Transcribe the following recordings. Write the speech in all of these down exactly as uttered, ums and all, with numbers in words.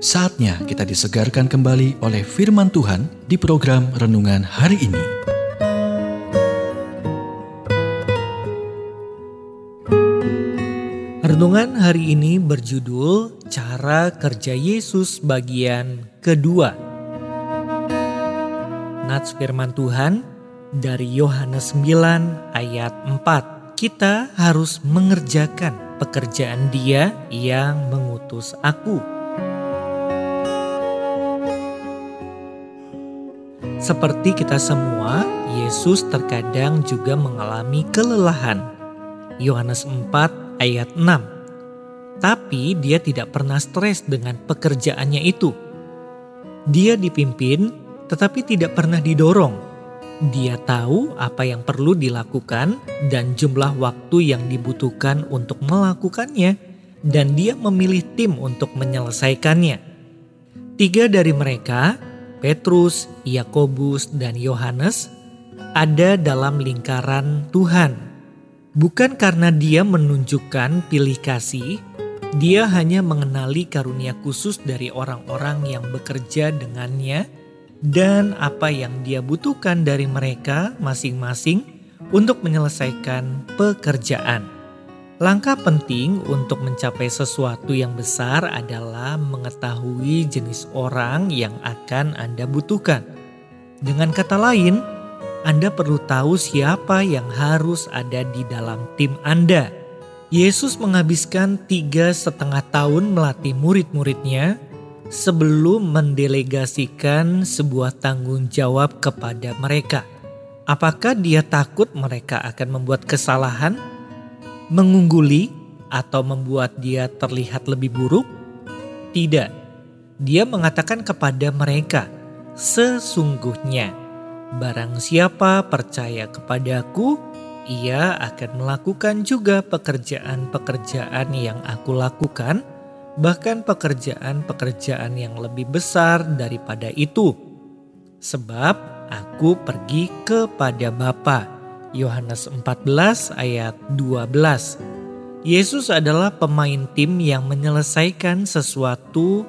Saatnya kita disegarkan kembali oleh firman Tuhan di program Renungan Hari Ini. Renungan hari ini berjudul Cara Kerja Yesus bagian kedua. Nats firman Tuhan dari Yohanes sembilan ayat empat. Kita harus mengerjakan pekerjaan Dia yang mengutus aku. Seperti kita semua, Yesus terkadang juga mengalami kelelahan. Yohanes empat ayat enam. Tapi dia tidak pernah stres dengan pekerjaannya itu. Dia dipimpin tetapi tidak pernah didorong. Dia tahu apa yang perlu dilakukan dan jumlah waktu yang dibutuhkan untuk melakukannya, dan dia memilih tim untuk menyelesaikannya. Tiga dari mereka, Petrus, Yakobus, dan Yohanes, ada dalam lingkaran Tuhan. Bukan karena dia menunjukkan pilih kasih, dia hanya mengenali karunia khusus dari orang-orang yang bekerja dengannya dan apa yang dia butuhkan dari mereka masing-masing untuk menyelesaikan pekerjaan. Langkah penting untuk mencapai sesuatu yang besar adalah mengetahui jenis orang yang akan Anda butuhkan. Dengan kata lain, Anda perlu tahu siapa yang harus ada di dalam tim Anda. Yesus menghabiskan tiga setengah tahun melatih murid-muridnya sebelum mendelegasikan sebuah tanggung jawab kepada mereka. Apakah dia takut mereka akan membuat kesalahan, mengungguli, atau membuat dia terlihat lebih buruk? Tidak. Dia mengatakan kepada mereka, sesungguhnya barang siapa percaya kepadaku, ia akan melakukan juga pekerjaan-pekerjaan yang aku lakukan, bahkan pekerjaan-pekerjaan yang lebih besar daripada itu. Sebab aku pergi kepada Bapa. Yohanes empat belas ayat dua belas. Yesus adalah pemain tim yang menyelesaikan sesuatu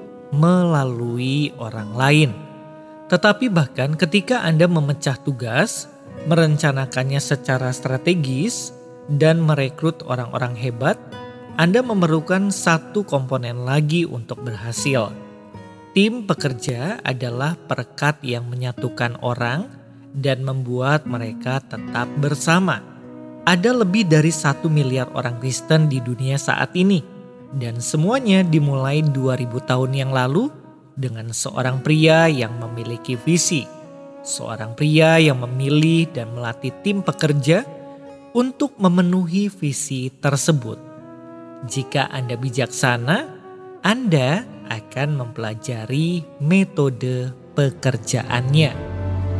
melalui orang lain. Tetapi bahkan ketika Anda memecah tugas, merencanakannya secara strategis, dan merekrut orang-orang hebat, Anda memerlukan satu komponen lagi untuk berhasil. Tim pekerja adalah perekat yang menyatukan orang dan membuat mereka tetap bersama. Ada lebih dari satu miliar orang Kristen di dunia saat ini, dan semuanya dimulai dua ribu tahun yang lalu dengan seorang pria yang memiliki visi. Seorang pria yang memilih dan melatih tim pekerja untuk memenuhi visi tersebut. Jika Anda bijaksana, Anda akan mempelajari metode pekerjaannya.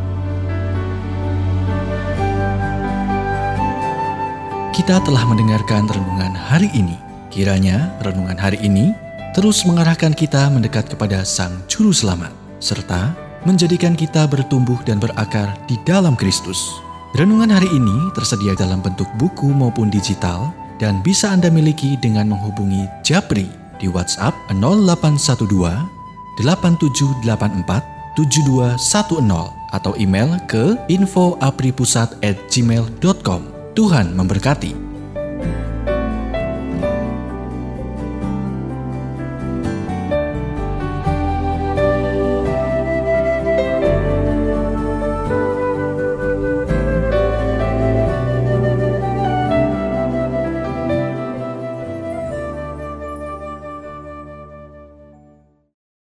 Kita telah mendengarkan renungan hari ini. Kiranya renungan hari ini terus mengarahkan kita mendekat kepada Sang Juru Selamat, serta menjadikan kita bertumbuh dan berakar di dalam Kristus. Renungan hari ini tersedia dalam bentuk buku maupun digital dan bisa Anda miliki dengan menghubungi Japri di WhatsApp nol delapan satu dua delapan tujuh delapan empat tujuh dua satu nol atau email ke info apripusat at gmail dot com. Tuhan memberkati.